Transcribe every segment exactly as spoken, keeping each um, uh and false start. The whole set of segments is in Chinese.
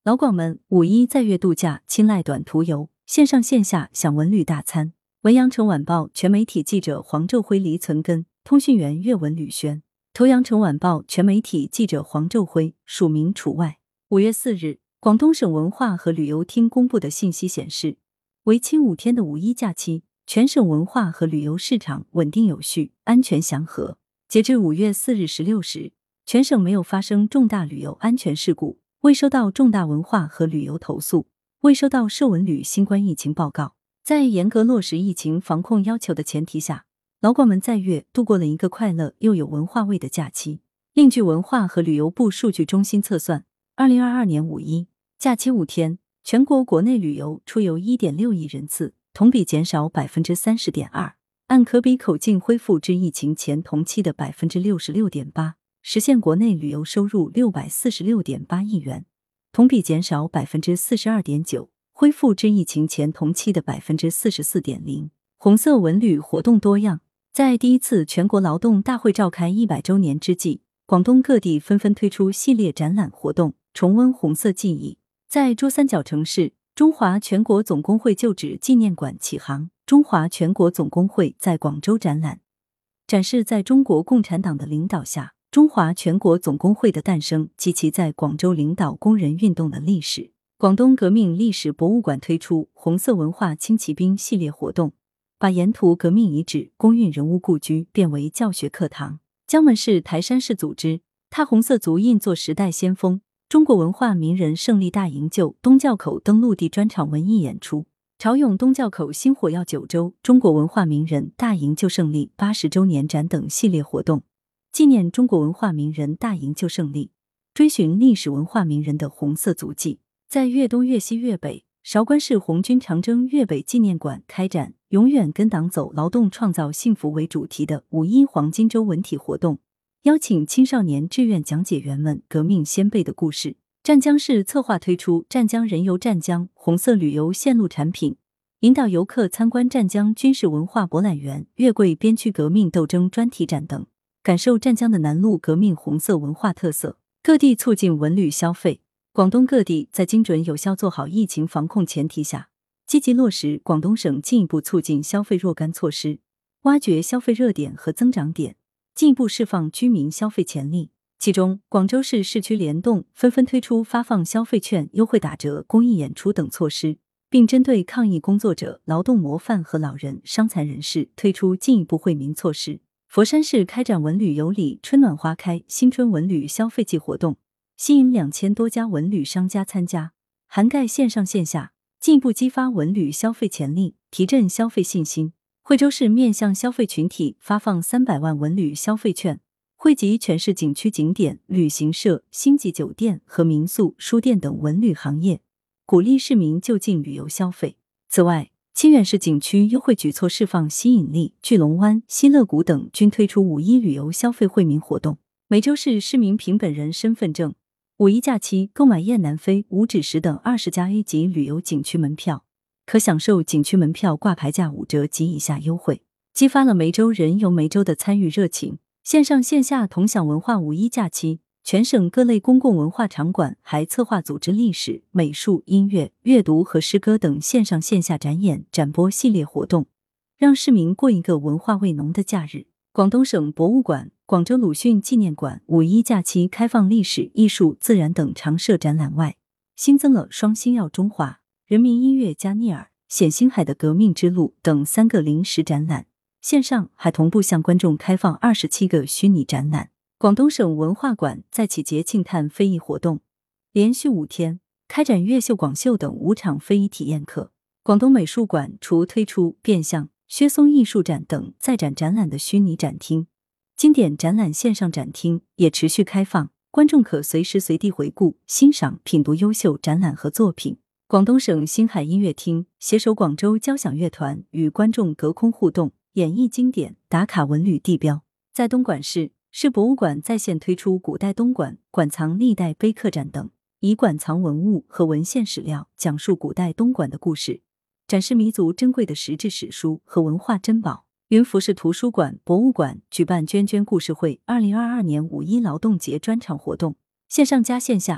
老广们，五一在粤度假，青睐短途游，线上线下享文旅大餐。文阳城晚报全媒体记者黄昼辉、黎存根，通讯员岳文吕轩。头阳城晚报全媒体记者黄昼辉，署名除外。五月四日，广东省文化和旅游厅公布的信息显示，为期五天的五一假期，全省文化和旅游市场稳定有序、安全祥和。截至五月四日十六时，全省没有发生重大旅游安全事故，未收到重大文化和旅游投诉，未收到涉文旅新冠疫情报告。在严格落实疫情防控要求的前提下，老广们在粤度过了一个快乐又有文化味的假期。另据文化和旅游部数据中心测算，二零二二年五一假期五天，全国国内旅游出游 一点六亿人次，同比减少 百分之三十点二， 按可比口径恢复至疫情前同期的 百分之六十六点八， 实现国内旅游收入 六百四十六点八亿元，同比减少 百分之四十二点九， 恢复至疫情前同期的 百分之四十四点零。 红色文旅活动多样。在第一次全国劳动大会召开一百周年之际，广东各地纷纷推出系列展览活动，重温红色记忆。在珠三角城市，中华全国总工会旧址纪念馆启航，中华全国总工会在广州展览，展示在中国共产党的领导下，中华全国总工会的诞生及其在广州领导工人运动的历史。广东革命历史博物馆推出红色文化轻骑兵系列活动，把沿途革命遗址、公运人物故居变为教学课堂。江门市、台山市组织踏红色足印做时代先锋，中国文化名人胜利大营救东教口登陆地专场文艺演出，潮涌东教口新火药九州中国文化名人大营救胜利八十周年展等系列活动，纪念中国文化名人大营救胜利，追寻历史文化名人的红色足迹。在粤东、粤西、粤北，韶关市红军长征粤北纪念馆开展永远跟党走，劳动创造幸福为主题的五一黄金周文体活动，邀请青少年志愿讲解员们革命先辈的故事。湛江市策划推出湛江人游湛江红色旅游线路产品，引导游客参观湛江军事文化博览园、粤桂边区革命斗争专题展等，感受湛江的南路革命红色文化特色。各地促进文旅消费。广东各地在精准有效做好疫情防控前提下，积极落实广东省进一步促进消费若干措施，挖掘消费热点和增长点，进一步释放居民消费潜力。其中，广州市市区联动纷纷推出发放消费券、优惠打折、公益演出等措施，并针对抗疫工作者、劳动模范和老人、伤残人士推出进一步惠民措施。佛山市开展文旅有礼、春暖花开新春文旅消费季活动，吸引两千多家文旅商家参加，涵盖线上线下，进一步激发文旅消费潜力，提振消费信心。惠州市面向消费群体发放三百万文旅消费券，惠及全市景区景点、旅行社、星级酒店和民宿、书店等文旅行业，鼓励市民就近旅游消费。此外，清远市景区优惠举措释放吸引力，巨龙湾、西乐谷等均推出五一旅游消费惠民活动。梅州市市民凭本人身份证五一假期购买雁南飞、五指石等二十家 A 级旅游景区门票，可享受景区门票挂牌价五折及以下优惠，激发了梅州人游梅州的参与热情。线上线下同享文化五一假期，全省各类公共文化场馆还策划组织历史、美术、音乐、阅读和诗歌等线上线下展演、展播系列活动，让市民过一个文化味浓的假日。广东省博物馆、广州鲁迅纪念馆五一假期开放历史、艺术、自然等常设展览外，新增了双星耀中华、人民音乐加聂尔、冼星海的革命之路等三个临时展览，线上还同步向观众开放二十七个虚拟展览。广东省文化馆再起节庆探非遗活动，连续五天开展粤绣、广绣等五场非遗体验课。广东美术馆除推出变相、薛松艺术展等在展展览的虚拟展厅，经典展览线上展厅也持续开放，观众可随时随地回顾、欣赏、品读优秀展览和作品。广东省星海音乐厅携手广州交响乐团与观众隔空互动，演绎经典，打卡文旅地标。在东莞市，市博物馆在线推出古代东莞馆藏历代碑刻展等，以馆藏文物和文献史料讲述古代东莞的故事，展示弥足珍贵的石质史书和文化珍宝。云浮市图书馆、博物馆举办娟娟故事会二零二二年五一劳动节专场活动，线上加线下，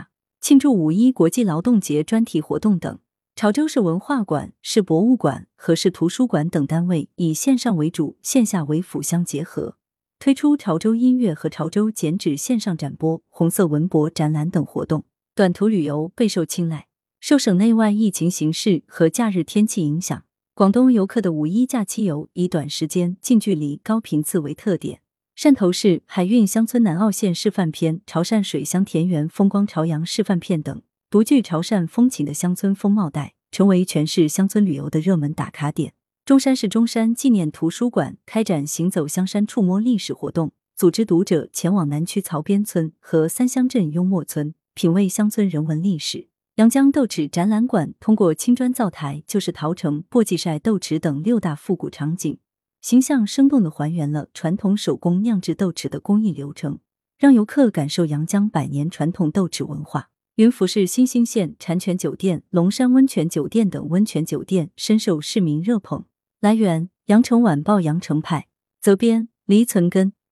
庆祝五一国际劳动节专题活动等。潮州市文化馆、市博物馆和市图书馆等单位以线上为主、线下为辅相结合，推出潮州音乐和潮州剪纸线上展播、红色文博展览等活动，短途旅游备受青睐。受省内外疫情形势和假日天气影响，广东游客的五一假期游以短时间、近距离、高频次为特点。汕头市海韵乡村南澳线示范片、潮汕水乡田园风光朝阳示范片等独具潮汕风情的乡村风貌带，成为全市乡村旅游的热门打卡点。中山市中山纪念图书馆开展行走香山触摸历史活动，组织读者前往南区曹边村和三乡镇幽默村，品味乡村人文历史。阳江豆豉展览馆通过青砖造台、旧式陶城、簸箕晒豆豉等六大复古场景，形象生动地还原了传统手工酿制豆豉的工艺流程，让游客感受阳江百年传统豆豉文化。云浮市新兴县禅泉酒店、龙山温泉酒店等温泉酒店深受市民热捧。来源：羊城晚报羊城派，责编：黎存根。